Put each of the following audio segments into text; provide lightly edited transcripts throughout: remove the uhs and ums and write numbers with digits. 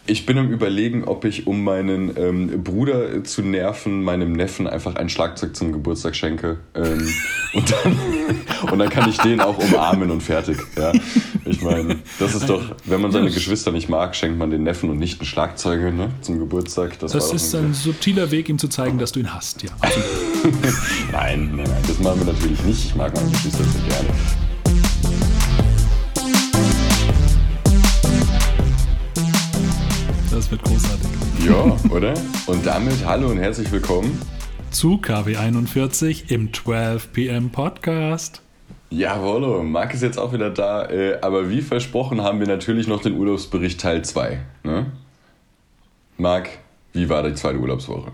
Ich bin am Überlegen, ob ich, um meinen Bruder zu nerven, meinem Neffen einfach ein Schlagzeug zum Geburtstag schenke. Und dann kann ich den auch umarmen und fertig. Ja? Ich meine, das ist doch, wenn man seine Geschwister nicht mag, schenkt man den Neffen und nicht ein Schlagzeug, ne, zum Geburtstag. Das ist ein subtiler Weg, ihm zu zeigen, dass du ihn hasst. Ja. Nein, das machen wir natürlich nicht. Ich mag meine Geschwister sehr gerne. Das wird großartig. Ja, oder? Und damit hallo und herzlich willkommen zu KW 41 im 12 PM Podcast. Jawohl, Marc ist jetzt auch wieder da, aber wie versprochen haben wir natürlich noch den Urlaubsbericht Teil 2. Ne? Marc, wie war die zweite Urlaubswoche?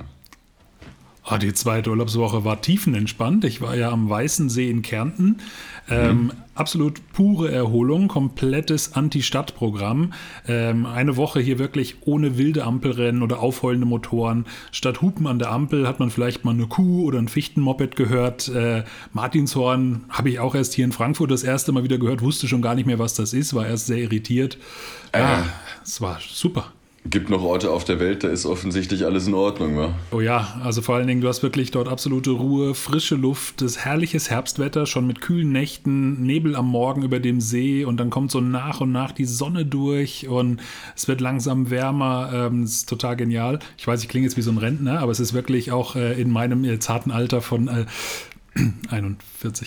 Die zweite Urlaubswoche war tiefenentspannt. Ich war ja am Weißen See in Kärnten. Absolut pure Erholung, komplettes Anti-Stadt-Programm. Eine Woche hier wirklich ohne wilde Ampelrennen oder aufheulende Motoren. Statt Hupen an der Ampel hat man vielleicht mal eine Kuh oder ein Fichtenmoped gehört. Martinshorn habe ich auch erst hier in Frankfurt das erste Mal wieder gehört, wusste schon gar nicht mehr, was das ist, war erst sehr irritiert. Es war super. Gibt noch Orte auf der Welt, da ist offensichtlich alles in Ordnung, wa? Oh ja, also vor allen Dingen, du hast wirklich dort absolute Ruhe, frische Luft, das herrliches Herbstwetter, schon mit kühlen Nächten, Nebel am Morgen über dem See und dann kommt so nach und nach die Sonne durch und es wird langsam wärmer, das ist total genial. Ich weiß, ich klinge jetzt wie so ein Rentner, aber es ist wirklich auch in meinem zarten Alter von 41.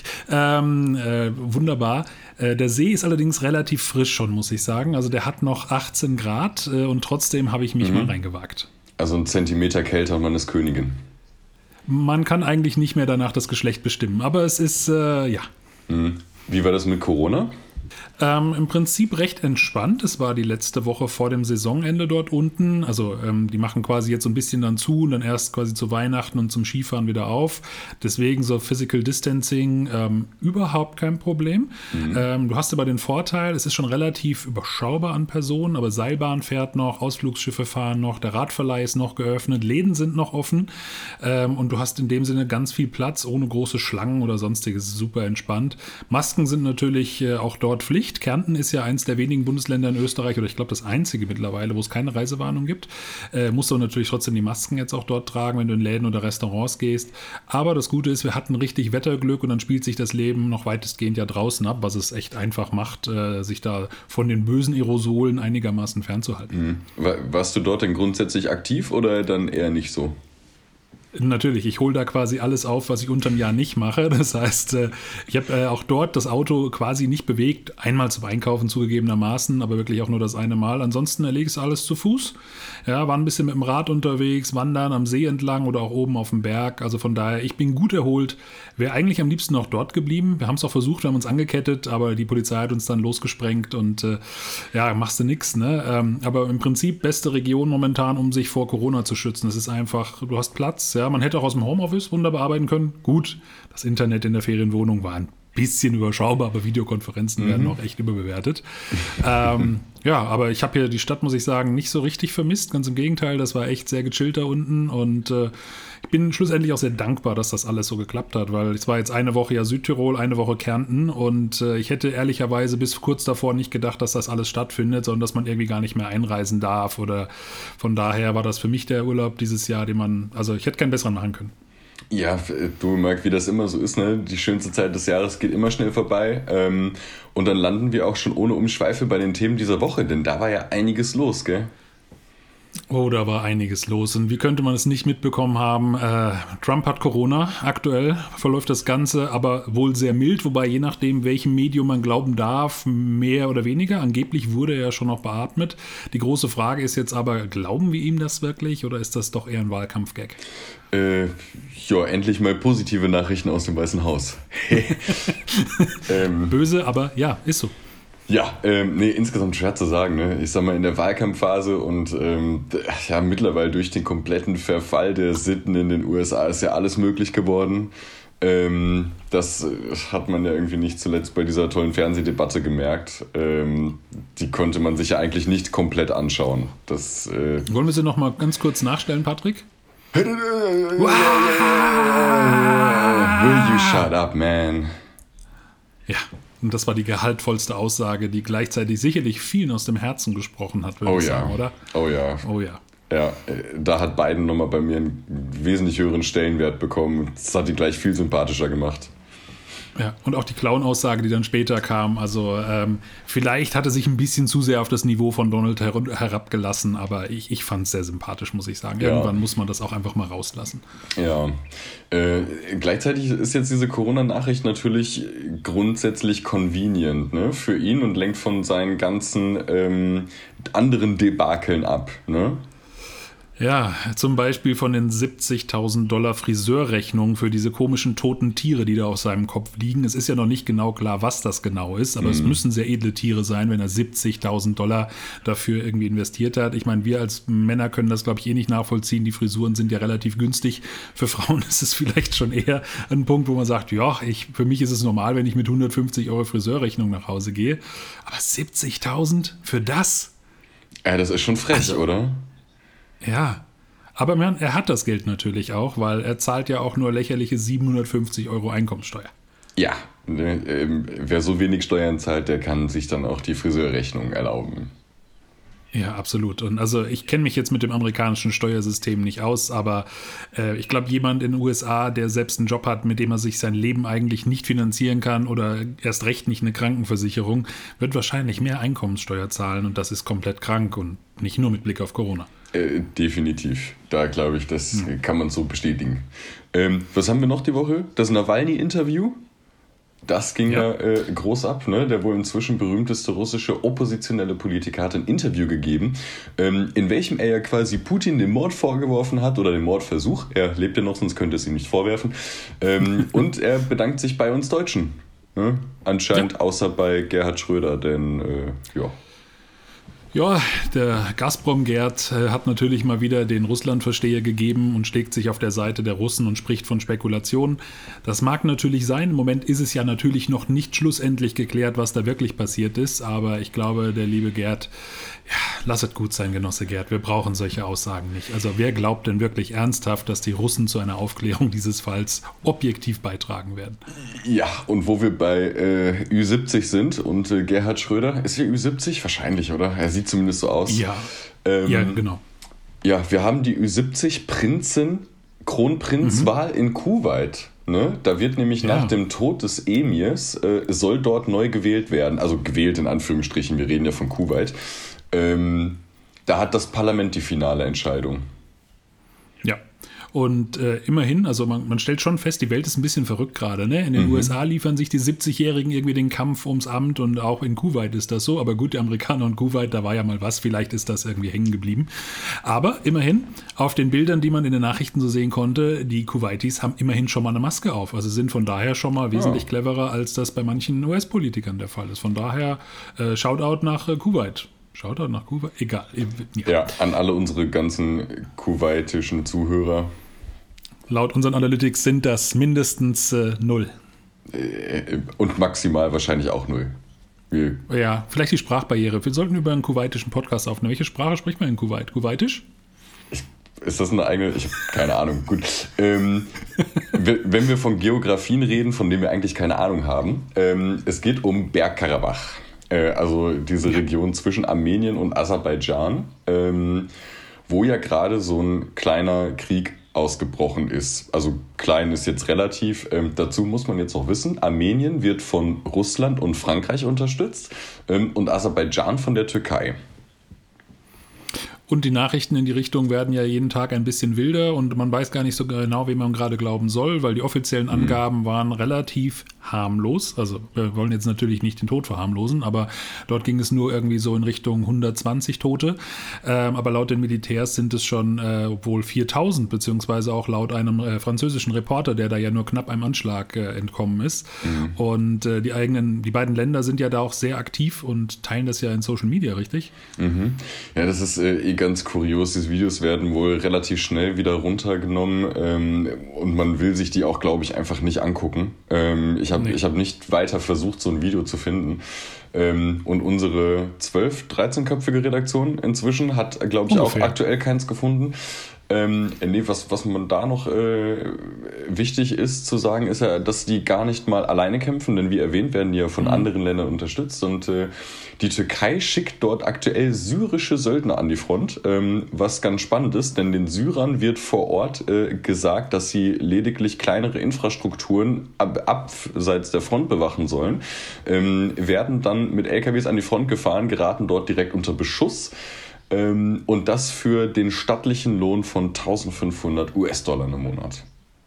Wunderbar. Der See ist allerdings relativ frisch schon, muss ich sagen. Also der hat noch 18 Grad und trotzdem habe ich mich mal reingewagt. Also 1 Zentimeter kälter und man ist Königin. Man kann eigentlich nicht mehr danach das Geschlecht bestimmen, aber es ist, ja. Wie war das mit Corona? Im Prinzip recht entspannt. Es war die letzte Woche vor dem Saisonende dort unten. Also die machen quasi jetzt so ein bisschen dann zu und dann erst quasi zu Weihnachten und zum Skifahren wieder auf. Deswegen so Physical Distancing überhaupt kein Problem. Du hast aber den Vorteil, es ist schon relativ überschaubar an Personen, aber Seilbahn fährt noch, Ausflugsschiffe fahren noch, der Radverleih ist noch geöffnet, Läden sind noch offen und du hast in dem Sinne ganz viel Platz, ohne große Schlangen oder sonstiges. Super entspannt. Masken sind natürlich auch dort Pflicht. Kärnten ist ja eins der wenigen Bundesländer in Österreich oder ich glaube das einzige mittlerweile, wo es keine Reisewarnung gibt. Musst du natürlich trotzdem die Masken jetzt auch dort tragen, wenn du in Läden oder Restaurants gehst. Aber das Gute ist, wir hatten richtig Wetterglück und dann spielt sich das Leben noch weitestgehend ja draußen ab, was es echt einfach macht, sich da von den bösen Aerosolen einigermaßen fernzuhalten. Warst du dort denn grundsätzlich aktiv oder dann eher nicht so? Natürlich, ich hole da quasi alles auf, was ich unterm Jahr nicht mache. Das heißt, ich habe auch dort das Auto quasi nicht bewegt. Einmal zum Einkaufen zugegebenermaßen, aber wirklich auch nur das eine Mal. Ansonsten erlege ich alles zu Fuß. Ja, war ein bisschen mit dem Rad unterwegs, wandern am See entlang oder auch oben auf dem Berg. Also von daher, ich bin gut erholt. Wäre eigentlich am liebsten noch dort geblieben. Wir haben es auch versucht, wir haben uns angekettet, aber die Polizei hat uns dann losgesprengt und machst du nix, ne? Aber im Prinzip beste Region momentan, um sich vor Corona zu schützen. Es ist einfach, du hast Platz, ja. Man hätte auch aus dem Homeoffice wunderbar arbeiten können. Gut, das Internet in der Ferienwohnung war ein bisschen überschaubar, aber Videokonferenzen werden auch echt überbewertet. Aber ich habe hier die Stadt, muss ich sagen, nicht so richtig vermisst. Ganz im Gegenteil, das war echt sehr gechillt da unten und ich bin schlussendlich auch sehr dankbar, dass das alles so geklappt hat, weil es war jetzt eine Woche ja Südtirol, eine Woche Kärnten und ich hätte ehrlicherweise bis kurz davor nicht gedacht, dass das alles stattfindet, sondern dass man irgendwie gar nicht mehr einreisen darf oder von daher war das für mich der Urlaub dieses Jahr, ich hätte keinen besseren machen können. Ja, du Marc, wie das immer so ist, ne? Die schönste Zeit des Jahres geht immer schnell vorbei und dann landen wir auch schon ohne Umschweife bei den Themen dieser Woche, denn da war ja einiges los, gell? Oh, da war einiges los. Und wie könnte man es nicht mitbekommen haben? Trump hat Corona. Aktuell verläuft das Ganze aber wohl sehr mild, wobei je nachdem, welchem Medium man glauben darf, mehr oder weniger. Angeblich wurde er ja schon noch beatmet. Die große Frage ist jetzt aber, glauben wir ihm das wirklich oder ist das doch eher ein Wahlkampfgag? Endlich mal positive Nachrichten aus dem Weißen Haus. Böse, aber ja, ist so. Ja, insgesamt schwer zu sagen. Ne? Ich sag mal, in der Wahlkampfphase und mittlerweile durch den kompletten Verfall der Sitten in den USA ist ja alles möglich geworden. Das hat man ja irgendwie nicht zuletzt bei dieser tollen Fernsehdebatte gemerkt. Die konnte man sich ja eigentlich nicht komplett anschauen. Wollen wir sie noch mal ganz kurz nachstellen, Patrick? Will you shut up, man? Ja, Und das war die gehaltvollste Aussage, die gleichzeitig sicherlich vielen aus dem Herzen gesprochen hat, würde ich sagen, oder? Oh ja. Oh ja. Ja, da hat Biden nochmal bei mir einen wesentlich höheren Stellenwert bekommen. Das hat ihn gleich viel sympathischer gemacht. Ja, und auch die Clown-Aussage, die dann später kam. Also vielleicht hat er sich ein bisschen zu sehr auf das Niveau von Donald herabgelassen, aber ich fand es sehr sympathisch, muss ich sagen. Irgendwann muss man das auch einfach mal rauslassen. Ja, gleichzeitig ist jetzt diese Corona-Nachricht natürlich grundsätzlich convenient, ne, für ihn und lenkt von seinen ganzen anderen Debakeln ab, ne? Ja, zum Beispiel von den $70.000 Friseurrechnungen für diese komischen toten Tiere, die da auf seinem Kopf liegen. Es ist ja noch nicht genau klar, was das genau ist, aber es müssen sehr edle Tiere sein, wenn er $70.000 dafür irgendwie investiert hat. Ich meine, wir als Männer können das, glaube ich, nicht nachvollziehen. Die Frisuren sind ja relativ günstig. Für Frauen ist es vielleicht schon eher ein Punkt, wo man sagt, ja, für mich ist es normal, wenn ich mit 150 € Friseurrechnung nach Hause gehe. Aber 70.000 für das? Ja, das ist schon frech, oder? Ja, aber er hat das Geld natürlich auch, weil er zahlt ja auch nur lächerliche 750 € Einkommenssteuer. Ja, wer so wenig Steuern zahlt, der kann sich dann auch die Friseurrechnung erlauben. Ja, absolut. Und also ich kenne mich jetzt mit dem amerikanischen Steuersystem nicht aus, aber ich glaube, jemand in den USA, der selbst einen Job hat, mit dem er sich sein Leben eigentlich nicht finanzieren kann oder erst recht nicht eine Krankenversicherung, wird wahrscheinlich mehr Einkommenssteuer zahlen und das ist komplett krank und nicht nur mit Blick auf Corona. Definitiv. Da glaube ich, das kann man so bestätigen. Was haben wir noch die Woche? Das Nawalny-Interview. Das ging ja groß ab, ne? Der wohl inzwischen berühmteste russische oppositionelle Politiker hat ein Interview gegeben, in welchem er ja quasi Putin den Mord vorgeworfen hat oder den Mordversuch. Er lebt ja noch, sonst könnte es ihm nicht vorwerfen. Und er bedankt sich bei uns Deutschen. Ne? Anscheinend außer bei Gerhard Schröder, denn ja. Ja, der Gazprom-Gerd hat natürlich mal wieder den Russlandversteher gegeben und schlägt sich auf der Seite der Russen und spricht von Spekulationen. Das mag natürlich sein. Im Moment ist es ja natürlich noch nicht schlussendlich geklärt, was da wirklich passiert ist. Aber ich glaube, der liebe Gerd, ja, lass es gut sein, Genosse Gerd. Wir brauchen solche Aussagen nicht. Also wer glaubt denn wirklich ernsthaft, dass die Russen zu einer Aufklärung dieses Falls objektiv beitragen werden? Ja, und wo wir bei Ü70 sind und Gerhard Schröder, ist er Ü70? Wahrscheinlich, oder? Er sieht zumindest so aus. Ja, ja, genau. Ja, wir haben die Ü70 Kronprinzwahl in Kuwait. Ne? Da wird nämlich nach dem Tod des Emirs, soll dort neu gewählt werden. Also gewählt in Anführungsstrichen, wir reden ja von Kuwait. Da hat das Parlament die finale Entscheidung. Ja. Und immerhin, also man stellt schon fest, die Welt ist ein bisschen verrückt gerade. Ne? In den USA liefern sich die 70-Jährigen irgendwie den Kampf ums Amt und auch in Kuwait ist das so. Aber gut, die Amerikaner und Kuwait, da war ja mal was, vielleicht ist das irgendwie hängen geblieben. Aber immerhin, auf den Bildern, die man in den Nachrichten so sehen konnte, die Kuwaitis haben immerhin schon mal eine Maske auf. Also sind von daher schon mal wesentlich cleverer, als das bei manchen US-Politikern der Fall ist. Von daher, Shoutout nach Kuwait. Shoutout nach Kuwait, egal. Ja, an alle unsere ganzen kuwaitischen Zuhörer. Laut unseren Analytics sind das mindestens 0. Und maximal wahrscheinlich auch 0. Ja, vielleicht die Sprachbarriere. Wir sollten über einen kuwaitischen Podcast aufnehmen. Welche Sprache spricht man in Kuwait? Kuwaitisch? Ist das eine eigene? Ich habe keine Ahnung. Gut. Wenn wir von Geografien reden, von denen wir eigentlich keine Ahnung haben, es geht um Bergkarabach. Also diese Region zwischen Armenien und Aserbaidschan, wo ja gerade so ein kleiner Krieg ausgebrochen ist. Also klein ist jetzt relativ. Dazu muss man jetzt auch wissen, Armenien wird von Russland und Frankreich unterstützt und Aserbaidschan von der Türkei. Und die Nachrichten in die Richtung werden ja jeden Tag ein bisschen wilder und man weiß gar nicht so genau, wem man gerade glauben soll, weil die offiziellen Angaben waren relativ harmlos. Also wir wollen jetzt natürlich nicht den Tod verharmlosen, aber dort ging es nur irgendwie so in Richtung 120 Tote. Aber laut den Militärs sind es schon wohl 4000, beziehungsweise auch laut einem französischen Reporter, der da ja nur knapp einem Anschlag entkommen ist. Und die beiden Länder sind ja da auch sehr aktiv und teilen das ja in Social Media, richtig? Ja, das ist ganz kurios. Diese Videos werden wohl relativ schnell wieder runtergenommen und man will sich die auch, glaube ich, einfach nicht angucken. Ich habe nicht weiter versucht, so ein Video zu finden. Und unsere 13-köpfige Redaktion inzwischen hat, glaube ich, ungefähr auch aktuell keins gefunden. Was man da noch wichtig ist zu sagen, ist ja, dass die gar nicht mal alleine kämpfen, denn wie erwähnt, werden die ja von anderen Ländern unterstützt und die Türkei schickt dort aktuell syrische Söldner an die Front, was ganz spannend ist, denn den Syrern wird vor Ort gesagt, dass sie lediglich kleinere Infrastrukturen abseits der Front bewachen sollen, werden dann mit LKWs an die Front gefahren, geraten dort direkt unter Beschuss. Und das für den stattlichen Lohn von 1.500 US-Dollar im Monat.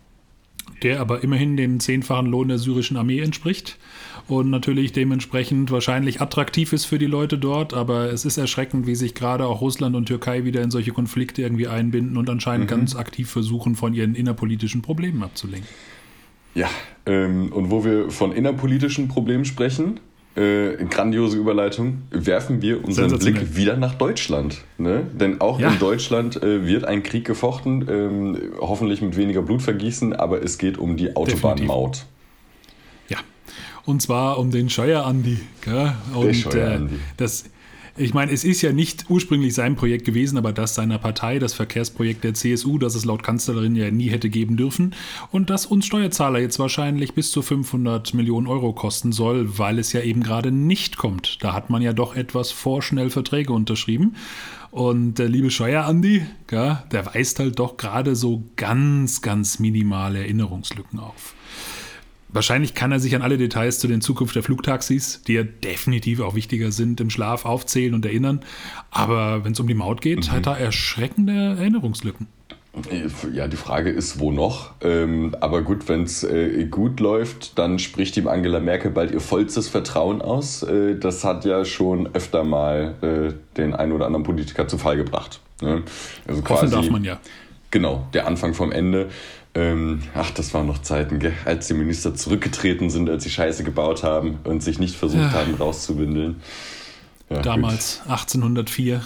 Der aber immerhin dem 10-fachen Lohn der syrischen Armee entspricht und natürlich dementsprechend wahrscheinlich attraktiv ist für die Leute dort, aber es ist erschreckend, wie sich gerade auch Russland und Türkei wieder in solche Konflikte irgendwie einbinden und anscheinend ganz aktiv versuchen, von ihren innerpolitischen Problemen abzulenken. Ja, und wo wir von innerpolitischen Problemen sprechen, grandiose Überleitung, werfen wir unseren Blick wieder nach Deutschland. Ne? Denn auch in Deutschland wird ein Krieg gefochten, hoffentlich mit weniger Blutvergießen, aber es geht um die Autobahnmaut. Ja, und zwar um den Scheuer-Andi. Der Scheuer-Andi. Ich meine, es ist ja nicht ursprünglich sein Projekt gewesen, aber das seiner Partei, das Verkehrsprojekt der CSU, das es laut Kanzlerin ja nie hätte geben dürfen und das uns Steuerzahler jetzt wahrscheinlich bis zu 500 Millionen Euro kosten soll, weil es ja eben gerade nicht kommt. Da hat man ja doch etwas vorschnell Verträge unterschrieben. Und der liebe Scheuer-Andi, der weist halt doch gerade so ganz, ganz minimale Erinnerungslücken auf. Wahrscheinlich kann er sich an alle Details zu den Zukunft der Flugtaxis, die ja definitiv auch wichtiger sind, im Schlaf aufzählen und erinnern. Aber wenn es um die Maut geht, hat er erschreckende Erinnerungslücken. Ja, die Frage ist, wo noch? Aber gut, wenn es gut läuft, dann spricht ihm Angela Merkel bald ihr vollstes Vertrauen aus. Das hat ja schon öfter mal den einen oder anderen Politiker zu Fall gebracht. Ne? Also quasi, hoffen darf man ja. Genau, der Anfang vom Ende. Das waren noch Zeiten, gell? Als die Minister zurückgetreten sind, als sie Scheiße gebaut haben und sich nicht versucht haben, rauszuwindeln. Ja, damals, gut. 1804.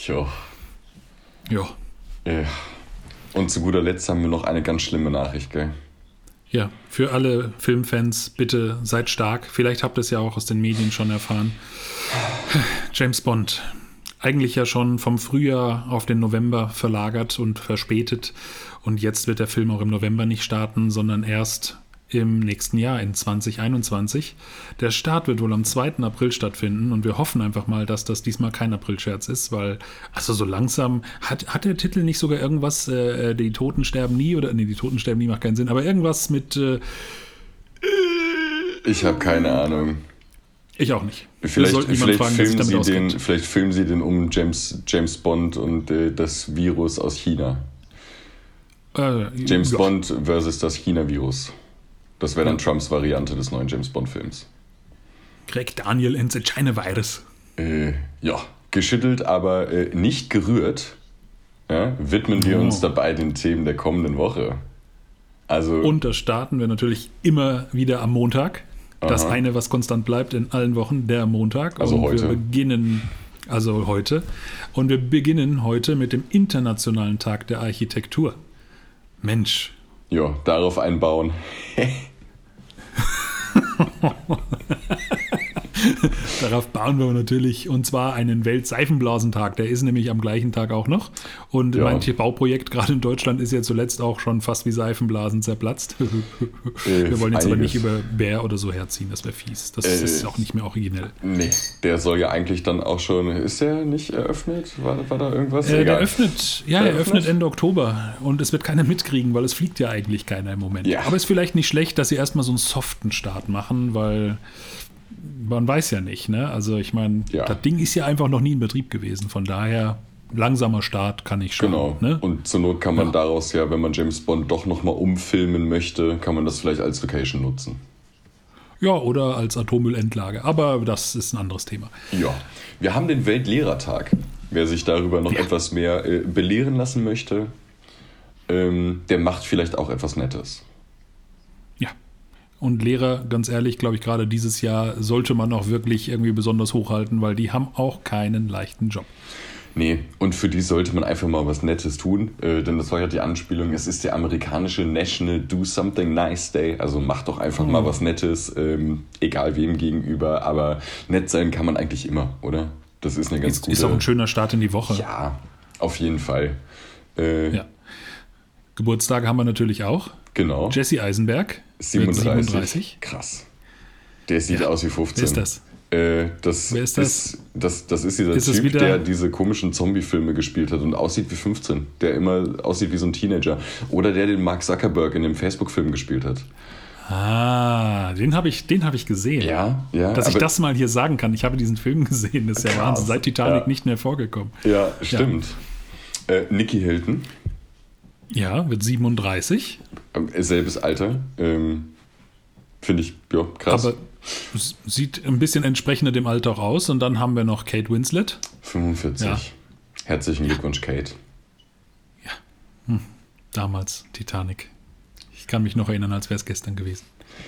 Jo. Und zu guter Letzt haben wir noch eine ganz schlimme Nachricht, gell? Ja, für alle Filmfans, bitte seid stark. Vielleicht habt ihr es ja auch aus den Medien schon erfahren. James Bond. Eigentlich ja schon vom Frühjahr auf den November verlagert und verspätet. Und jetzt wird der Film auch im November nicht starten, sondern erst im nächsten Jahr, in 2021. Der Start wird wohl am 2. April stattfinden und wir hoffen einfach mal, dass das diesmal kein Aprilscherz ist, weil, also so langsam, hat der Titel nicht sogar irgendwas, die Toten sterben nie, oder, nee, die Toten sterben nie macht keinen Sinn, aber irgendwas mit... Ich habe keine Ahnung. Ich auch nicht. Vielleicht filmen sie den um James Bond und das Virus aus China. James Bond versus das China-Virus. Das wäre dann Trumps Variante des neuen James Bond-Films. Craig Daniel and the China Virus. Geschüttelt, aber nicht gerührt, widmen wir uns dabei den Themen der kommenden Woche. Und da starten wir natürlich immer wieder am Montag. Das eine, was konstant bleibt in allen Wochen, der Montag. Also heute. Und wir beginnen heute mit dem Internationalen Tag der Architektur. Mensch. Ja, darauf einbauen. Darauf bauen wir natürlich, und zwar einen Weltseifenblasentag. Der ist nämlich am gleichen Tag auch noch. Und manche Bauprojekt, gerade in Deutschland, ist ja zuletzt auch schon fast wie Seifenblasen zerplatzt. Wir wollen jetzt aber nicht über Bär oder so herziehen, das wäre fies. Das ist auch nicht mehr originell. Nee, der soll ja eigentlich dann auch schon, ist der nicht eröffnet? War da irgendwas? Der öffnet Ende Oktober und es wird keiner mitkriegen, weil es fliegt ja eigentlich keiner im Moment. Ja. Aber es ist vielleicht nicht schlecht, dass sie erstmal so einen soften Start machen, weil... Man weiß ja nicht, ne? Also ich meine, das Ding ist ja einfach noch nie in Betrieb gewesen. Von daher, langsamer Start kann ich schon. Genau, ne? Und zur Not kann man daraus wenn man James Bond doch nochmal umfilmen möchte, kann man das vielleicht als Location nutzen. Ja, oder als Atommüllendlage. Aber das ist ein anderes Thema. Ja, wir haben den Weltlehrertag. Wer sich darüber noch etwas mehr belehren lassen möchte, der macht vielleicht auch etwas Nettes. Ja. Und Lehrer, ganz ehrlich, glaube ich, gerade dieses Jahr sollte man auch wirklich irgendwie besonders hochhalten, weil die haben auch keinen leichten Job. Nee, und für die sollte man einfach mal was Nettes tun, denn das war ja die Anspielung, es ist der amerikanische National Do Something Nice Day, also macht doch einfach mal was Nettes, egal wem gegenüber, aber nett sein kann man eigentlich immer, oder? Das ist eine ganz gute... Ist auch ein schöner Start in die Woche. Ja, auf jeden Fall. Geburtstage haben wir natürlich auch. Genau. Jesse Eisenberg. 37. Krass. Der sieht aus wie 15. Wer ist das? Wer ist das? Das ist dieser Typ, der diese komischen Zombie-Filme gespielt hat und aussieht wie 15. Der immer aussieht wie so ein Teenager. Oder der den Mark Zuckerberg in dem Facebook-Film gespielt hat. Ah, den hab ich gesehen. Ja. Dass ich das mal hier sagen kann. Ich habe diesen Film gesehen. Das ist ja Wahnsinn. Seit Titanic nicht mehr vorgekommen. Ja, stimmt. Ja. Nicky Hilton. Ja, wird 37. Selbes Alter. Finde ich, ja, krass. Aber sieht ein bisschen entsprechender dem Alter auch aus. Und dann haben wir noch Kate Winslet. 45. Ja. Herzlichen Glückwunsch, Kate. Ja. Damals Titanic. Ich kann mich noch erinnern, als wäre es gestern gewesen.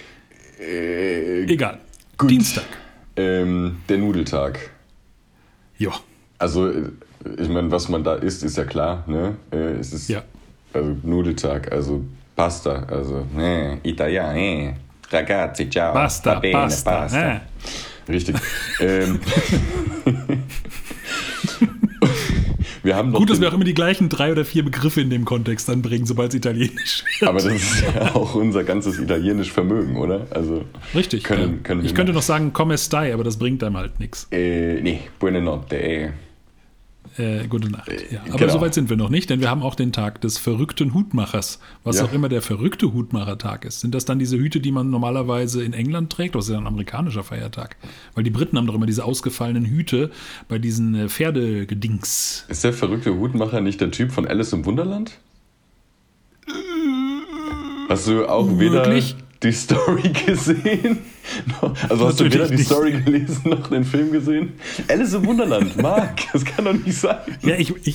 Egal. Gut. Dienstag. Der Nudeltag. Ja. Also, ich meine, was man da isst, ist ja klar. Ne? Es ist also Nudeltag, also Pasta, also Italiano, ragazzi, ciao. Pasta. Richtig. Wir haben Gut, dass wir auch immer die gleichen 3 oder 4 Begriffe in dem Kontext anbringen, sobald es italienisch wird. Aber das ist ja auch unser ganzes italienisch Vermögen, oder? Also richtig. Können ich könnte noch sagen, come stai, aber das bringt einem halt nichts. Nee, buone notte. Gute Nacht. Ja. Aber genau. Soweit sind wir noch nicht, denn wir haben auch den Tag des verrückten Hutmachers. Was auch immer der verrückte Hutmachertag ist. Sind das dann diese Hüte, die man normalerweise in England trägt? Oder ist das ein amerikanischer Feiertag? Weil die Briten haben doch immer diese ausgefallenen Hüte bei diesen Pferdegedings. Ist der verrückte Hutmacher nicht der Typ von Alice im Wunderland? Hast du auch Wirklich? Weder die Story gesehen? Also hast Natürlich du weder die nicht. Story gelesen noch den Film gesehen? Alice im Wunderland, Marc, das kann doch nicht sein. Ja,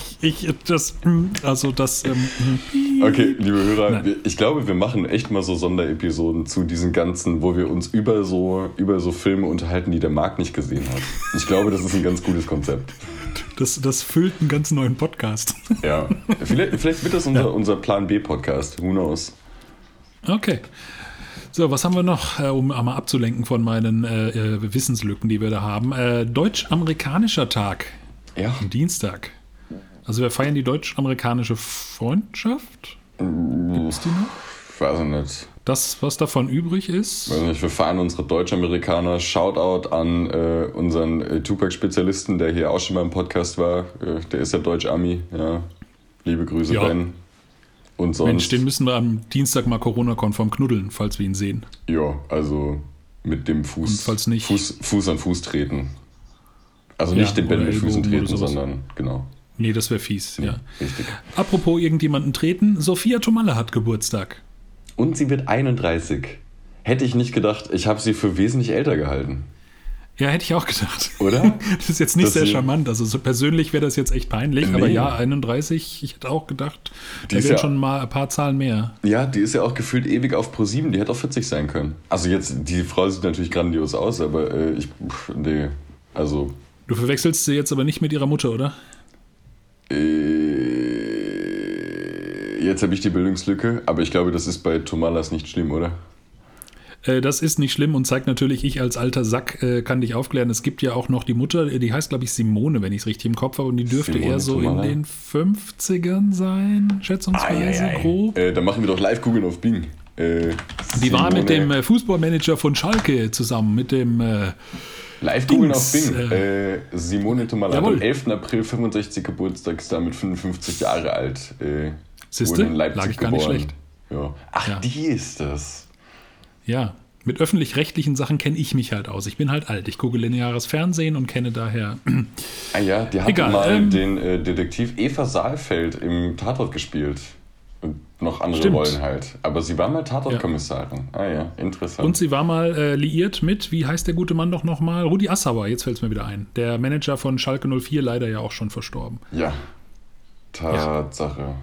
Okay, liebe Hörer, Nein. ich glaube, wir machen echt mal so Sonderepisoden zu diesen ganzen, wo wir uns über so Filme unterhalten, die der Marc nicht gesehen hat. Ich glaube, das ist ein ganz gutes Konzept. Das füllt einen ganz neuen Podcast. Ja, vielleicht wird das unser Plan B-Podcast, who knows. Okay. So, was haben wir noch, um einmal abzulenken von meinen Wissenslücken, die wir da haben? Deutsch-amerikanischer Tag. Ja. Am Dienstag. Also wir feiern die deutsch-amerikanische Freundschaft. Gibt's die noch? Ich weiß nicht. Das, was davon übrig ist? Weiß nicht, wir feiern unsere Deutsch-Amerikaner. Shoutout an unseren Tupac-Spezialisten, der hier auch schon mal im Podcast war. Der ist ja Deutsch-Ami. Ja. Liebe Grüße, Ben. Und sonst, Mensch, den müssen wir am Dienstag mal Corona-konform knuddeln, falls wir ihn sehen. Ja, also mit dem Fuß, und falls nicht, Fuß an Fuß treten. Also nicht den Ben mit Füßen treten, sondern genau. Nee, das wäre fies, ja. Richtig. Apropos irgendjemanden treten, Sophia Tomalla hat Geburtstag. Und sie wird 31. Hätte ich nicht gedacht, ich habe sie für wesentlich älter gehalten. Ja, hätte ich auch gedacht. Oder? Das ist jetzt nicht sehr charmant. Also so persönlich wäre das jetzt echt peinlich. Nee. Aber ja, 31, ich hätte auch gedacht, da wären schon mal ein paar Zahlen mehr. Ja, die ist ja auch gefühlt ewig auf Pro7. Die hätte auch 40 sein können. Also jetzt, die Frau sieht natürlich grandios aus, aber nee, also... Du verwechselst sie jetzt aber nicht mit ihrer Mutter, oder? Jetzt habe ich die Bildungslücke, aber ich glaube, das ist bei Tomallas nicht schlimm, oder? Das ist nicht schlimm und zeigt natürlich, ich als alter Sack kann dich aufklären. Es gibt ja auch noch die Mutter, die heißt, glaube ich, Simone, wenn ich es richtig im Kopf habe. Und die dürfte Simone eher so Tomalla in den 50ern sein, schätzungsweise, grob. Dann machen wir doch Live-Googeln auf Bing. Die war mit dem Fußballmanager von Schalke zusammen, mit dem Live-Googeln auf Bing. Simone Tomalla hat am 11. April 65 Geburtstag, ist damit 55 Jahre alt. Siehste, lag ich gar nicht schlecht. Ja. Ach, ja. Die ist das. Ja, mit öffentlich-rechtlichen Sachen kenne ich mich halt aus. Ich bin halt alt. Ich gucke lineares Fernsehen und kenne daher... Ah ja, die hat mal den Detektiv Eva Saalfeld im Tatort gespielt. Und noch andere Rollen halt. Aber sie war mal Tatortkommissarin. Ja. Ah ja, interessant. Und sie war mal liiert mit, wie heißt der gute Mann doch nochmal? Rudi Assauer, jetzt fällt es mir wieder ein. Der Manager von Schalke 04, leider ja auch schon verstorben. Ja, Tatsache. Ja.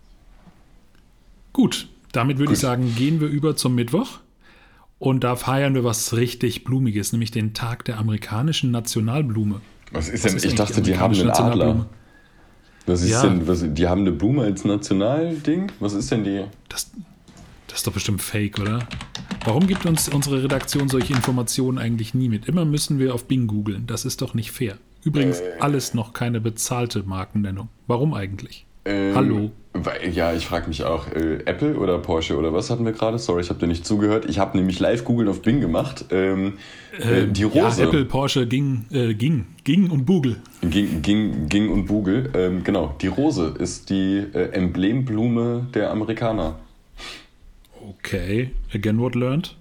Gut, damit würde ich sagen, gehen wir über zum Mittwoch. Und da feiern wir was richtig Blumiges, nämlich den Tag der amerikanischen Nationalblume. Was ist denn? Ich dachte, die haben einen Adler. Was ist denn? Die haben eine Blume als Nationalding? Was ist denn die? Das ist doch bestimmt fake, oder? Warum gibt uns unsere Redaktion solche Informationen eigentlich nie mit? Immer müssen wir auf Bing googeln. Das ist doch nicht fair. Übrigens, alles noch keine bezahlte Markennennung. Warum eigentlich? Hallo? Ja, ich frage mich auch, Apple oder Porsche oder was hatten wir gerade? Sorry, ich habe dir nicht zugehört. Ich habe nämlich live googeln auf Bing gemacht. Die Rose. Ja, Apple, Porsche, ging und Google. Ging und Google. Genau, die Rose ist die Emblemeblume der Amerikaner. Okay, again what learned?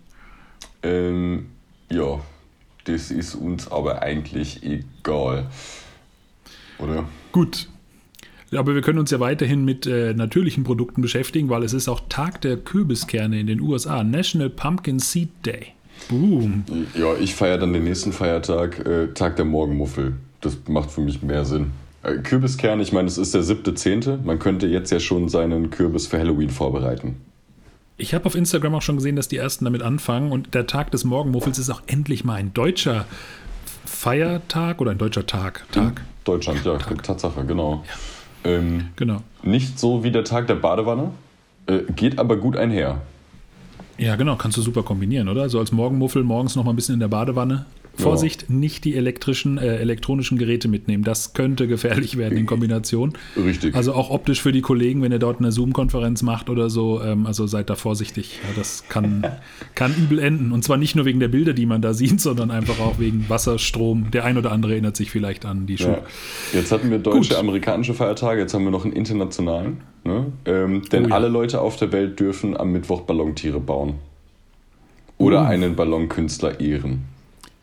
Ja, das ist uns aber eigentlich egal. Oder? Gut. Aber wir können uns ja weiterhin mit natürlichen Produkten beschäftigen, weil es ist auch Tag der Kürbiskerne in den USA. National Pumpkin Seed Day. Boom. Ja, ich feiere dann den nächsten Feiertag, Tag der Morgenmuffel. Das macht für mich mehr Sinn. Kürbiskerne, ich meine, es ist der 7.10. Man könnte jetzt ja schon seinen Kürbis für Halloween vorbereiten. Ich habe auf Instagram auch schon gesehen, dass die Ersten damit anfangen. Und der Tag des Morgenmuffels ist auch endlich mal ein deutscher Feiertag oder ein deutscher Tag. Deutschland, ja, Tatsache, genau. Ja. Genau. Nicht so wie der Tag der Badewanne, geht aber gut einher. Ja, genau, kannst du super kombinieren, oder? So als Morgenmuffel morgens noch mal ein bisschen in der Badewanne. Vorsicht, nicht die elektronischen Geräte mitnehmen. Das könnte gefährlich werden in Kombination. Richtig. Also auch optisch für die Kollegen, wenn ihr dort eine Zoom-Konferenz macht oder so. Also seid da vorsichtig. Ja, das kann übel enden. Und zwar nicht nur wegen der Bilder, die man da sieht, sondern einfach auch wegen Wasserstrom. Der ein oder andere erinnert sich vielleicht an die Schule. Ja. Jetzt hatten wir deutsche, amerikanische Feiertage. Jetzt haben wir noch einen internationalen. Ne? Denn alle Leute auf der Welt dürfen am Mittwoch Ballontiere bauen. Oder einen Ballonkünstler ehren.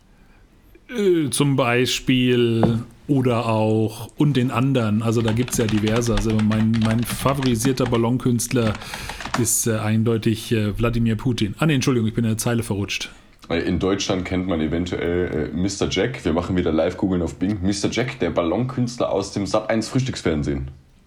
Zum Beispiel oder auch und den anderen. Also da gibt es ja diverse. Also mein favorisierter Ballonkünstler ist eindeutig Wladimir Putin. Entschuldigung, ich bin in der Zeile verrutscht. In Deutschland kennt man eventuell Mr. Jack. Wir machen wieder Live-Googeln auf Bing. Mr. Jack, der Ballonkünstler aus dem Sat.1 Frühstücksfernsehen.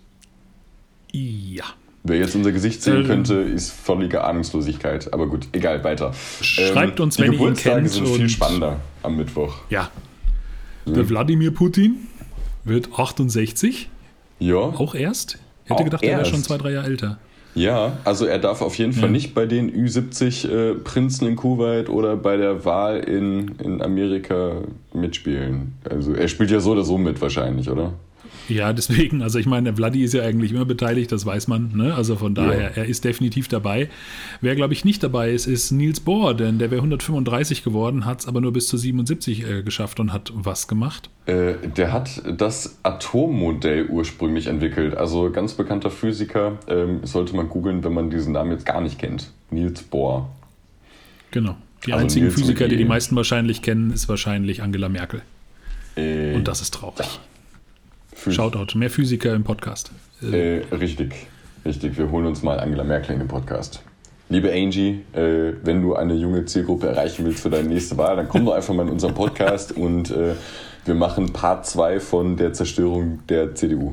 Ja. Wer jetzt unser Gesicht sehen könnte, ist völlige Ahnungslosigkeit. Aber gut, egal, weiter. Schreibt uns, wenn ihr ihn kennt. Die Geburtstage sind viel spannender am Mittwoch. Ja. Der Wladimir Putin wird 68. Ja. Auch erst? Ich hätte gedacht, er wäre schon 2-3 Jahre älter. Ja, also er darf auf jeden Fall nicht bei den Ü70 Prinzen in Kuwait oder bei der Wahl in Amerika mitspielen. Also er spielt ja so oder so mit wahrscheinlich, oder? Ja, deswegen, also ich meine, der Vladi ist ja eigentlich immer beteiligt, das weiß man, ne? Also von daher, er ist definitiv dabei. Wer, glaube ich, nicht dabei ist, ist Niels Bohr, denn der wäre 135 geworden, hat es aber nur bis zu 77 geschafft und hat was gemacht? Der hat das Atommodell ursprünglich entwickelt, also ganz bekannter Physiker, sollte man googeln, wenn man diesen Namen jetzt gar nicht kennt. Niels Bohr. Genau, die einzigen Physiker, die meisten wahrscheinlich kennen, ist wahrscheinlich Angela Merkel. Und das ist traurig. Shoutout, mehr Physiker im Podcast. Richtig. Wir holen uns mal Angela Merkel in den Podcast. Liebe Angie, wenn du eine junge Zielgruppe erreichen willst für deine nächste Wahl, dann komm doch einfach mal in unseren Podcast und wir machen Part 2 von der Zerstörung der CDU.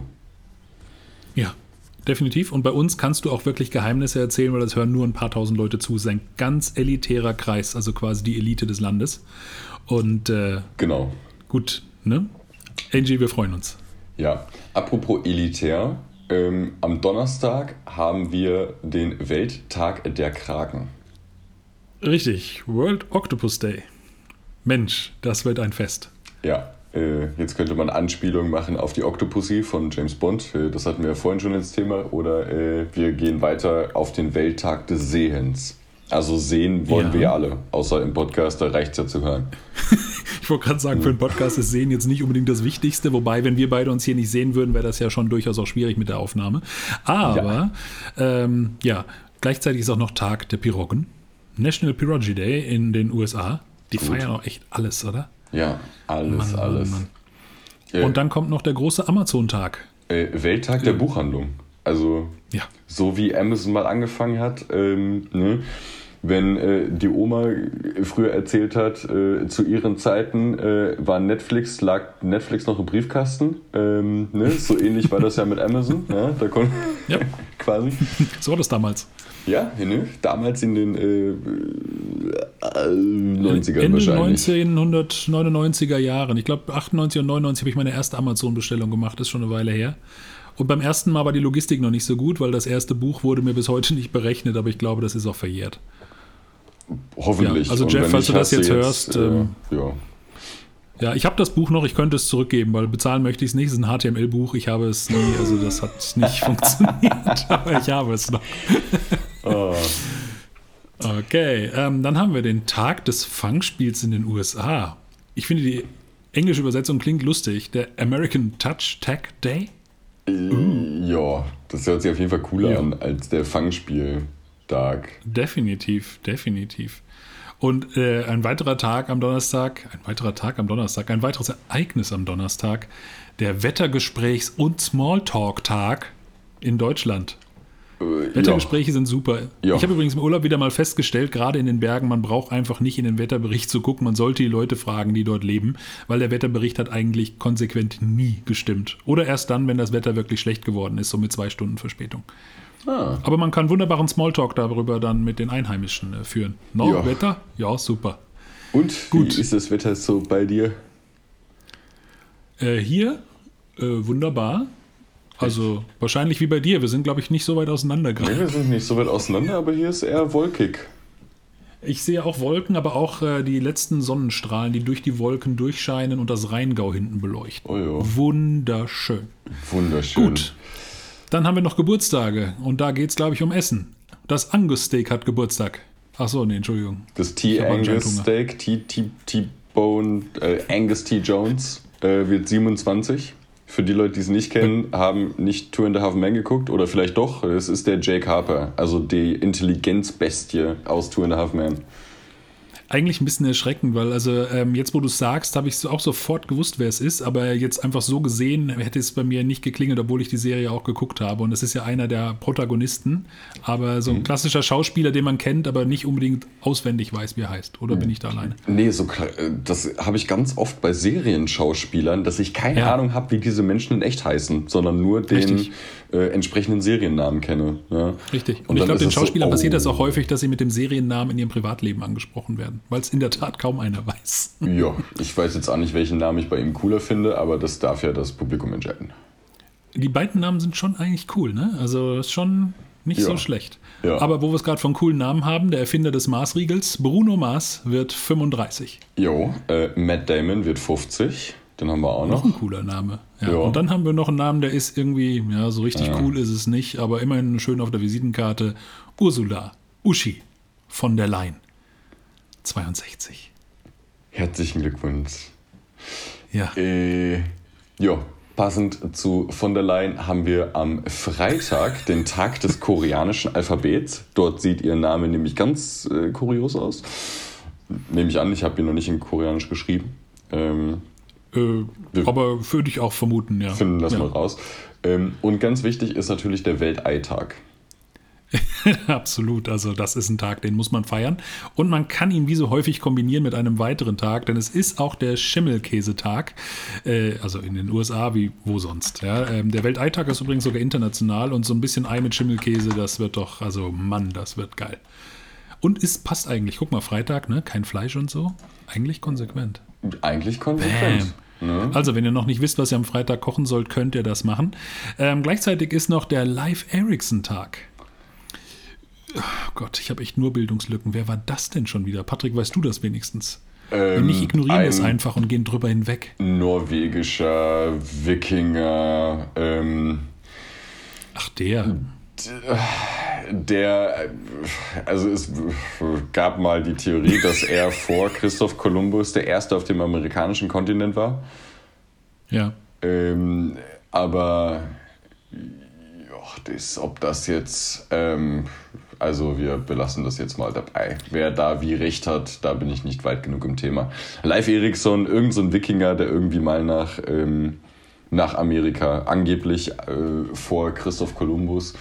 Ja, definitiv. Und bei uns kannst du auch wirklich Geheimnisse erzählen, weil das hören nur ein paar tausend Leute zu. Es ist ein ganz elitärer Kreis, also quasi die Elite des Landes. Und genau. Gut, ne? Angie, wir freuen uns. Ja, apropos elitär, am Donnerstag haben wir den Welttag der Kraken. Richtig, World Octopus Day. Mensch, das wird ein Fest. Ja, jetzt könnte man Anspielungen machen auf die Octopussy von James Bond, das hatten wir ja vorhin schon ins Thema, oder wir gehen weiter auf den Welttag des Sehens. Also sehen wollen wir ja alle, außer im Podcast, da reicht es ja zu hören. Ich wollte gerade sagen, für einen Podcast ist Sehen jetzt nicht unbedingt das Wichtigste, wobei, wenn wir beide uns hier nicht sehen würden, wäre das ja schon durchaus auch schwierig mit der Aufnahme. Aber, gleichzeitig ist auch noch Tag der Piroggen. National Pierogi Day in den USA. Die feiern auch echt alles, oder? Ja, alles. Mann. Und dann kommt noch der große Amazon-Tag. Welttag der Buchhandlung. Also, so wie Amazon mal angefangen hat, ne? Wenn die Oma früher erzählt hat, zu ihren Zeiten lag Netflix noch im Briefkasten. Ne? So ähnlich war das ja mit Amazon. Ja? Da konnte quasi. So war das damals. Ja, ne? Damals in den 90ern Ende wahrscheinlich. 1999er Jahren. Ich glaube, 98 und 99 habe ich meine erste Amazon-Bestellung gemacht. Das ist schon eine Weile her. Und beim ersten Mal war die Logistik noch nicht so gut, weil das erste Buch wurde mir bis heute nicht berechnet, aber ich glaube, das ist auch verjährt. Hoffentlich. Ja, also Jeff, falls du das jetzt hörst, Ja, ich habe das Buch noch, ich könnte es zurückgeben, weil bezahlen möchte ich es nicht. Es ist ein HTML-Buch, ich habe es nie, also das hat nicht funktioniert, aber ich habe es noch. Oh. Okay, dann haben wir den Tag des Fangspiels in den USA. Ich finde, die englische Übersetzung klingt lustig. Der American Touch Tag Day? Ja, das hört sich auf jeden Fall cooler an als der Fangspieltag. Definitiv. Und ein weiteres Ereignis am Donnerstag, der Wettergesprächs- und Smalltalk-Tag in Deutschland. Wettergespräche sind super. Ja. Ich habe übrigens im Urlaub wieder mal festgestellt, gerade in den Bergen, man braucht einfach nicht in den Wetterbericht zu gucken, man sollte die Leute fragen, die dort leben, weil der Wetterbericht hat eigentlich konsequent nie gestimmt. Oder erst dann, wenn das Wetter wirklich schlecht geworden ist, so mit 2 Stunden Verspätung. Aber man kann wunderbaren Smalltalk darüber dann mit den Einheimischen führen. Wetter? Ja, super. Und gut. Wie ist das Wetter so bei dir? Hier wunderbar. Also wahrscheinlich wie bei dir. Wir sind, glaube ich, nicht so weit auseinander gerade. Nee, wir sind nicht so weit auseinander, aber hier ist eher wolkig. Ich sehe auch Wolken, aber auch die letzten Sonnenstrahlen, die durch die Wolken durchscheinen und das Rheingau hinten beleuchten. Oh ja. Wunderschön. Wunderschön. Gut. Dann haben wir noch Geburtstage und da geht es, glaube ich, um Essen. Das Angus Steak hat Geburtstag. Achso, nee, Entschuldigung. Das Angus Steak, T-Bone, Angus T. Jones wird 27. Für die Leute, die es nicht kennen, haben nicht Two and a Half Men geguckt oder vielleicht doch. Es ist der Jake Harper, also die Intelligenzbestie aus Two and a Half Men. Eigentlich ein bisschen erschreckend, weil also jetzt, wo du es sagst, habe ich auch sofort gewusst, wer es ist, aber jetzt einfach so gesehen hätte es bei mir nicht geklingelt, obwohl ich die Serie auch geguckt habe. Und es ist ja einer der Protagonisten, aber so ein klassischer Schauspieler, den man kennt, aber nicht unbedingt auswendig weiß, wie er heißt. Oder bin ich da alleine? Nee, das habe ich ganz oft bei Serienschauspielern, dass ich keine Ahnung habe, wie diese Menschen in echt heißen, sondern nur den entsprechenden Seriennamen kenne. Ja. Richtig. Und ich glaube, den Schauspielern passiert das auch häufig, dass sie mit dem Seriennamen in ihrem Privatleben angesprochen werden. Weil es in der Tat kaum einer weiß. Ja, ich weiß jetzt auch nicht, welchen Namen ich bei ihm cooler finde, aber das darf ja das Publikum entscheiden. Die beiden Namen sind schon eigentlich cool, ne? Also ist schon nicht so schlecht. Ja. Aber wo wir es gerade von coolen Namen haben, der Erfinder des Mars-Riegels, Bruno Mars, wird 35. Jo, Matt Damon wird 50. Den haben wir auch noch. Noch ein cooler Name. Ja. Und dann haben wir noch einen Namen, der ist irgendwie, so richtig cool ist es nicht, aber immerhin schön auf der Visitenkarte. Ursula Uschi von der Leyen. 62. Herzlichen Glückwunsch. Ja. Passend zu von der Leyen haben wir am Freitag den Tag des koreanischen Alphabets. Dort sieht ihr Name nämlich ganz kurios aus. Nehme ich an, ich habe ihn noch nicht in Koreanisch geschrieben. Aber würde ich auch vermuten, ja. Finden das mal raus. Und ganz wichtig ist natürlich der Welteitag. Absolut, also das ist ein Tag, den muss man feiern. Und man kann ihn wie so häufig kombinieren mit einem weiteren Tag, denn es ist auch der Schimmelkäsetag, also in den USA wie wo sonst. Ja. Der Welteitag ist übrigens sogar international und so ein bisschen Ei mit Schimmelkäse, das wird doch, also Mann, das wird geil. Und es passt eigentlich, guck mal, Freitag, ne, kein Fleisch und so, eigentlich konsequent. Eigentlich konsequent. Ne? Also, wenn ihr noch nicht wisst, was ihr am Freitag kochen sollt, könnt ihr das machen. Gleichzeitig ist noch der Live-Ericsson-Tag. Oh Gott, ich habe echt nur Bildungslücken. Wer war das denn schon wieder? Patrick, weißt du das wenigstens? Wenn nicht, ignorieren wir es einfach und gehen drüber hinweg. Norwegischer Wikinger. Ach, der. Also es gab mal die Theorie, dass er vor Christoph Kolumbus der Erste auf dem amerikanischen Kontinent war. Ja. Aber ob das jetzt, also wir belassen das jetzt mal dabei. Wer da wie recht hat, da bin ich nicht weit genug im Thema. Leif Erikson, irgend so ein Wikinger, der irgendwie mal nach Amerika, angeblich vor Christoph Kolumbus.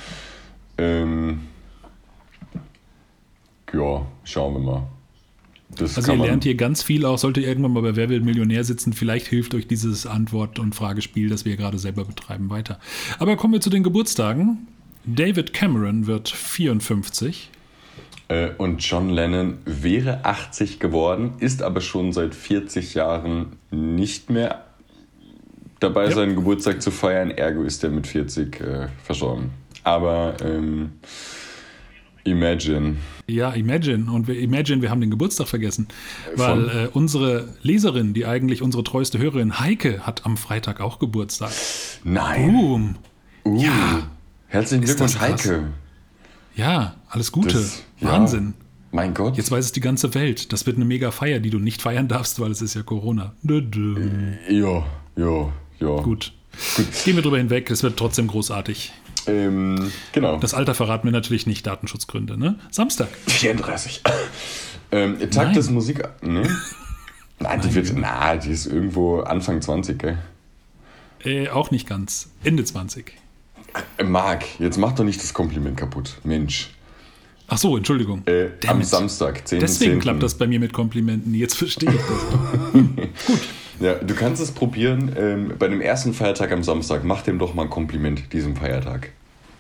Schauen wir mal. Also ihr lernt hier ganz viel, auch sollte ihr irgendwann mal bei Wer will Millionär sitzen, vielleicht hilft euch dieses Antwort- und Fragespiel, das wir gerade selber betreiben, weiter. Aber kommen wir zu den Geburtstagen. David Cameron wird 54. Und John Lennon wäre 80 geworden, ist aber schon seit 40 Jahren nicht mehr dabei, seinen Geburtstag zu feiern. Ergo ist er mit 40 verstorben. Aber Imagine. Ja, Imagine. Und wir haben den Geburtstag vergessen. Weil unsere Leserin, die eigentlich unsere treueste Hörerin, Heike, hat am Freitag auch Geburtstag. Nein. Boom. Ja. Herzlichen Glückwunsch, Heike. Ja, alles Gute. Wahnsinn. Ja, mein Gott. Jetzt weiß es die ganze Welt. Das wird eine mega Feier, die du nicht feiern darfst, weil es ist ja Corona. Ja. Gut. Gehen wir drüber hinweg. Es wird trotzdem großartig. Genau. Das Alter verraten wir natürlich nicht, Datenschutzgründe, ne? Samstag. 34. Tag des Musik... Ne? Nein, die ist irgendwo Anfang 20, gell? Auch nicht ganz. Ende 20. Marc, jetzt mach doch nicht das Kompliment kaputt. Mensch. Ach so, Entschuldigung. Am Samstag, 10. Deswegen klappt das bei mir mit Komplimenten. Jetzt verstehe ich das. Gut. Ja, du kannst es probieren. Bei dem ersten Feiertag am Samstag, mach dem doch mal ein Kompliment, diesem Feiertag.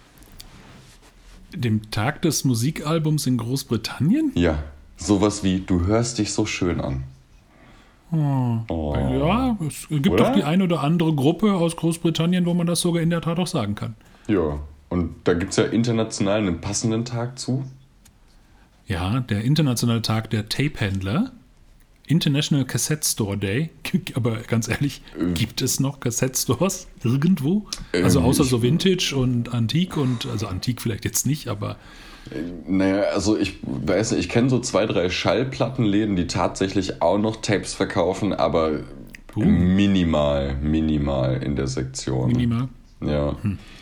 Dem Tag des Musikalbums in Großbritannien? Ja, sowas wie, du hörst dich so schön an. Ja, es gibt doch die eine oder andere Gruppe aus Großbritannien, wo man das sogar in der Tat auch sagen kann. Ja, und da gibt es ja international einen passenden Tag zu. Ja, der internationale Tag der Tape-Händler. International Cassette Store Day. Aber ganz ehrlich, gibt es noch Cassette Stores irgendwo? Also außer so Vintage und Antik also Antik vielleicht jetzt nicht, aber... Naja, also ich weiß nicht, ich kenne so 2, 3 Schallplattenläden, die tatsächlich auch noch Tapes verkaufen, aber minimal in der Sektion. Minimal? Ja.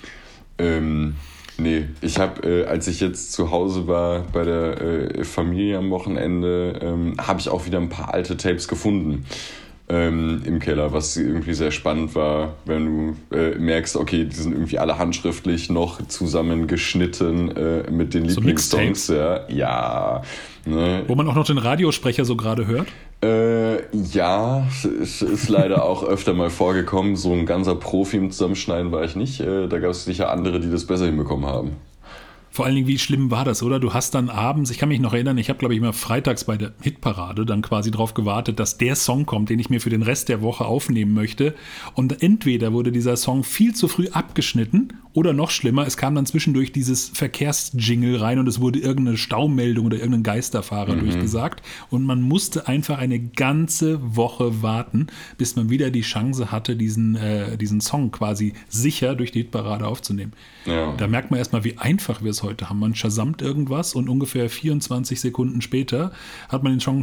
Nee, ich habe, als ich jetzt zu Hause war bei der Familie am Wochenende, habe ich auch wieder ein paar alte Tapes gefunden im Keller, was irgendwie sehr spannend war, wenn du merkst, okay, die sind irgendwie alle handschriftlich noch zusammengeschnitten mit den so Lieblingssongs. Ja. Ne? Wo man auch noch den Radiosprecher so gerade hört? Ja, es ist leider auch öfter mal vorgekommen. So ein ganzer Profi im Zusammenschneiden war ich nicht. Da gab es sicher andere, die das besser hinbekommen haben. Vor allen Dingen, wie schlimm war das, oder? Du hast dann abends, ich kann mich noch erinnern, ich habe, glaube ich, immer freitags bei der Hitparade dann quasi drauf gewartet, dass der Song kommt, den ich mir für den Rest der Woche aufnehmen möchte. Und entweder wurde dieser Song viel zu früh abgeschnitten oder noch schlimmer, es kam dann zwischendurch dieses Verkehrsjingle rein und es wurde irgendeine Staumeldung oder irgendein Geisterfahrer durchgesagt. Und man musste einfach eine ganze Woche warten, bis man wieder die Chance hatte, diesen Song quasi sicher durch die Hitparade aufzunehmen. Ja. Da merkt man erstmal, wie einfach wir es heute haben. Man shazamt irgendwas und ungefähr 24 Sekunden später hat man den Song.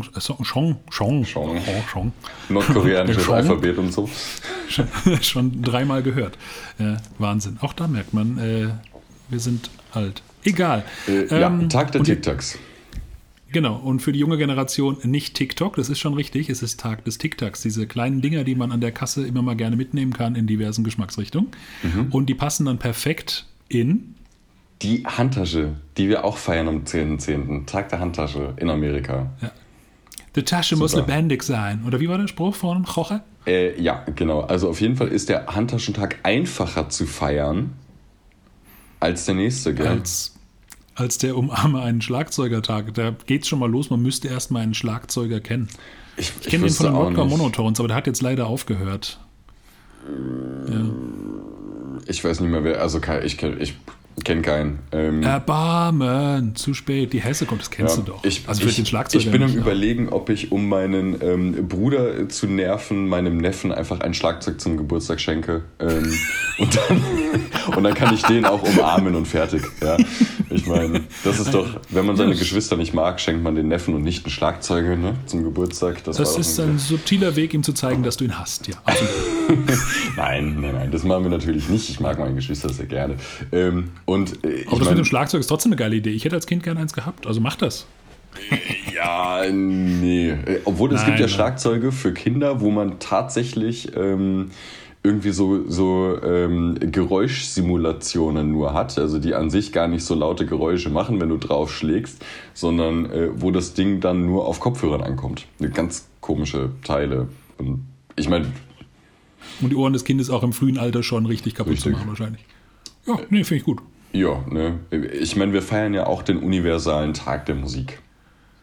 Nordkoreanisches Alphabet und so. Schon 3-mal gehört. Wahnsinn. Auch da merkt man, wir sind alt. Egal. Tag der TikToks. Genau, und für die junge Generation nicht TikTok, das ist schon richtig, es ist Tag des TikToks, diese kleinen Dinger, die man an der Kasse immer mal gerne mitnehmen kann in diversen Geschmacksrichtungen. Und die passen dann perfekt in... Die Handtasche, die wir auch feiern am 10.10., Tag der Handtasche in Amerika. Ja. Die Tasche muss lebendig sein, oder wie war der Spruch von Jorge? Ja, genau, also auf jeden Fall ist der Handtaschentag einfacher zu feiern als der nächste, gell? Als der Umarme einen Schlagzeugertag. Da geht's schon mal los, man müsste erst mal einen Schlagzeuger kennen. Ich kenne den von den Wodka Monotones, aber der hat jetzt leider aufgehört. Ja. Ich weiß nicht mehr, wer, also ich kenne keinen. Erbarmen, zu spät, die Hesse kommt, das kennst du doch. Ich bin am Überlegen, ob ich, um meinen Bruder zu nerven, meinem Neffen einfach ein Schlagzeug zum Geburtstag schenke. Und dann kann ich den auch umarmen und fertig. Ja? Ich meine, das ist doch, wenn man seine Geschwister nicht mag, schenkt man den Neffen und nicht einen Schlagzeuger, ne, zum Geburtstag. Das ist ein subtiler Weg, ihm zu zeigen, dass du ihn hast, ja. Nein, das machen wir natürlich nicht. Ich mag meine Geschwister sehr gerne. Aber das mit dem Schlagzeug ist trotzdem eine geile Idee. Ich hätte als Kind gerne eins gehabt, also mach das. Ja, nee. Obwohl es gibt ja Schlagzeuge für Kinder, wo man tatsächlich irgendwie so Geräuschsimulationen nur hat, also die an sich gar nicht so laute Geräusche machen, wenn du draufschlägst, sondern wo das Ding dann nur auf Kopfhörern ankommt. Ganz komische Teile. Und ich meine... Und die Ohren des Kindes auch im frühen Alter schon richtig kaputt zu machen wahrscheinlich. Ja, nee, finde ich gut. Ja, ne. Ich meine, wir feiern ja auch den universalen Tag der Musik.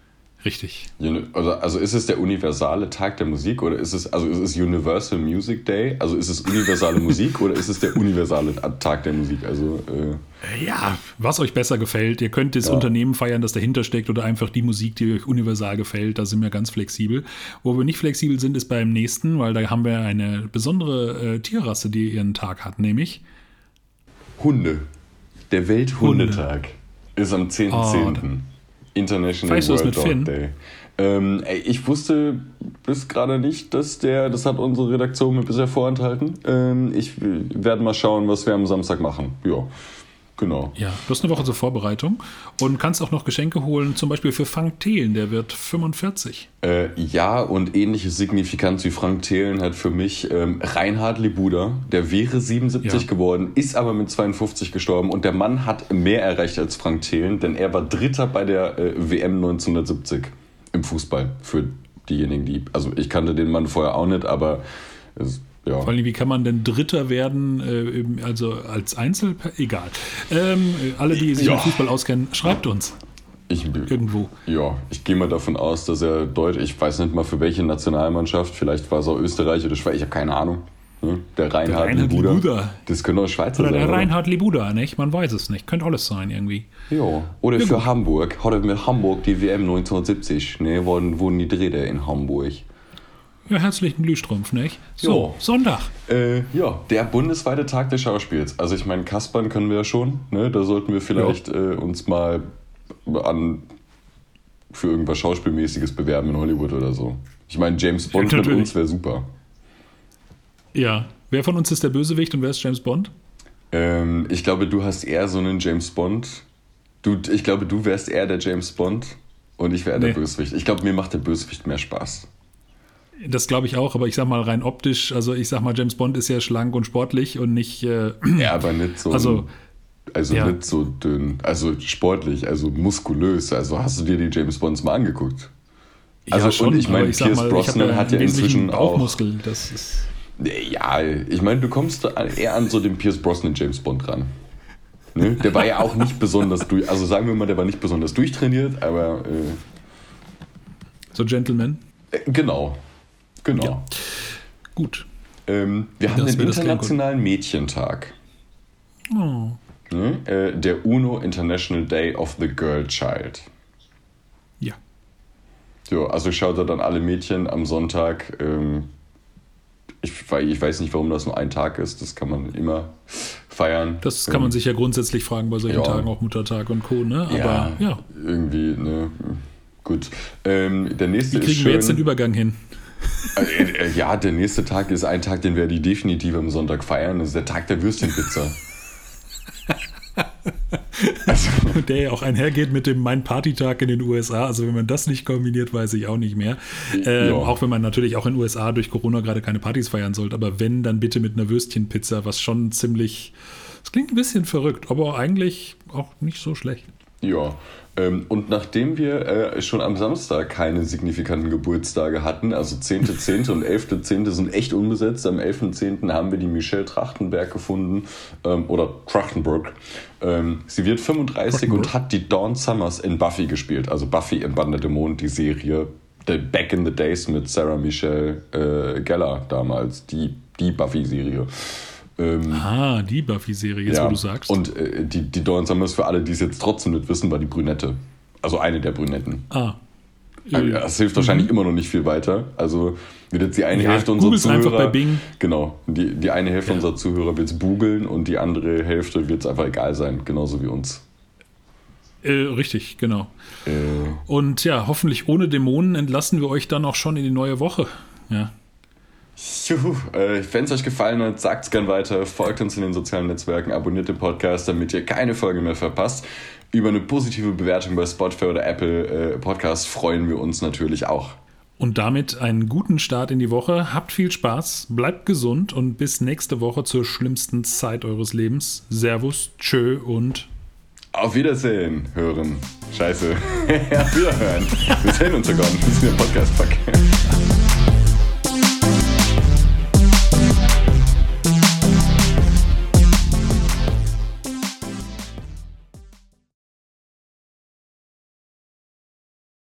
Richtig. Also ist es der universale Tag der Musik oder ist es Universal Music Day? Also ist es universale Musik oder ist es der universale Tag der Musik? Also ja, was euch besser gefällt. Ihr könnt das Unternehmen feiern, das dahinter steckt oder einfach die Musik, die euch universal gefällt. Da sind wir ganz flexibel. Wo wir nicht flexibel sind, ist beim nächsten, weil da haben wir eine besondere Tierrasse, die ihren Tag hat, nämlich Hunde. Der Welthundetag ist am 10.10. International World Dog Day. Ich wusste bis gerade nicht, das hat unsere Redaktion mir bisher vorenthalten. Ich werde mal schauen, was wir am Samstag machen. Ja, genau. Ja, du hast eine Woche zur Vorbereitung und kannst auch noch Geschenke holen, zum Beispiel für Frank Thelen, der wird 45. Ja, und ähnliche Signifikanz wie Frank Thelen hat für mich Reinhard Lebuda. Der wäre 77 geworden, ist aber mit 52 gestorben und der Mann hat mehr erreicht als Frank Thelen, denn er war Dritter bei der WM 1970 im Fußball. Für diejenigen, die... Also ich kannte den Mann vorher auch nicht, aber... Ja. Vor allem, wie kann man denn Dritter werden, also als Egal. Alle, die sich mit Fußball auskennen, schreibt uns. Irgendwo. Ja, ich gehe mal davon aus, dass er ich weiß nicht mal für welche Nationalmannschaft, vielleicht war es auch Österreich oder Schweiz, ich habe keine Ahnung. Der Reinhard Lebuda. Das könnte auch Schweizer sein. Oder der Reinhard Lebuda, nicht? Man weiß es nicht. Könnte alles sein irgendwie. Ja, oder für gut. Hamburg. Hatte wir Hamburg die WM 1970. Ne, wurden die Dritte in Hamburg. Ja, herzlichen Glühstrumpf, nicht? So, Sonntag. Der bundesweite Tag des Schauspiels. Also ich meine, Kaspern können wir ja schon. Ne? Da sollten wir vielleicht uns mal für irgendwas Schauspielmäßiges bewerben in Hollywood oder so. Ich meine, James Bond mit uns wäre super. Ja. Wer von uns ist der Bösewicht und wer ist James Bond? Ich glaube, du hast eher so einen James Bond. Ich glaube, du wärst eher der James Bond und ich wäre der Bösewicht. Ich glaube, mir macht der Bösewicht mehr Spaß. Das glaube ich auch, aber ich sag mal rein optisch, also ich sag mal, James Bond ist ja schlank und sportlich und nicht... ja, aber nicht so... nicht so dünn, also sportlich, also muskulös. Also hast du dir die James Bonds mal angeguckt? Also ja, schon, und ich meine, Pierce Brosnan hat ja inzwischen auch... Bauchmuskel, das ist... Ja, ich meine, du kommst eher an so den Pierce Brosnan James Bond ran. Ne? Der war ja auch nicht besonders also sagen wir mal, der war nicht besonders durchtrainiert, aber... so Gentleman? Genau. Ja. Gut. Wir haben den Internationalen Mädchentag. Oh. Der UNO International Day of the Girl Child. Ja. Ja, also schaut da dann alle Mädchen am Sonntag. Ich weiß nicht, warum das nur ein Tag ist. Das kann man immer feiern. Das kann man sich ja grundsätzlich fragen bei solchen Tagen, auch Muttertag und Co. Ne? Aber ja. Irgendwie, ne? Gut. Der nächste Wie kriegen wir jetzt den Übergang hin? Ja, der nächste Tag ist ein Tag, den werde ich definitiv am Sonntag feiern. Das ist der Tag der Würstchenpizza. Der ja auch einhergeht mit dem Mein Partytag in den USA. Also wenn man das nicht kombiniert, weiß ich auch nicht mehr. Auch wenn man natürlich auch in den USA durch Corona gerade keine Partys feiern sollte. Aber wenn, dann bitte mit einer Würstchenpizza, was schon ziemlich... Das klingt ein bisschen verrückt, aber eigentlich auch nicht so schlecht. Ja, und nachdem wir schon am Samstag keine signifikanten Geburtstage hatten, also 10.10. und 11.10. sind echt unbesetzt. Am 11.10. haben wir die Michelle Trachtenberg gefunden, oder Trachtenberg. Sie wird 35 und hat die Dawn Summers in Buffy gespielt. Also Buffy im Band der Dämonen, die Serie, Back in the Days mit Sarah Michelle Gellar damals, die Buffy-Serie. Die Buffy-Serie, jetzt wo du sagst. Und die Dawn Summers, für alle, die es jetzt trotzdem nicht wissen, war die Brünette. Also eine der Brünetten. Das hilft wahrscheinlich immer noch nicht viel weiter. Also wird jetzt die eine Hälfte unserer Zuhörer... einfach bei Bing. Genau. Die eine Hälfte unserer Zuhörer wird es googeln und die andere Hälfte wird es einfach egal sein. Genauso wie uns. Richtig, genau. Und ja, hoffentlich ohne Dämonen entlassen wir euch dann auch schon in die neue Woche. Ja. Wenn es euch gefallen hat, sagt es gern weiter, folgt uns in den sozialen Netzwerken, abonniert den Podcast, damit ihr keine Folge mehr verpasst. Über eine positive Bewertung bei Spotify oder Apple Podcasts freuen wir uns natürlich auch. Und damit einen guten Start in die Woche. Habt viel Spaß, bleibt gesund und bis nächste Woche zur schlimmsten Zeit eures Lebens. Servus, tschö und... Auf Wiedersehen, hören. Scheiße. Auf Wiederhören. Wir sehen uns sogar. Wir sind im Podcast. Fuck.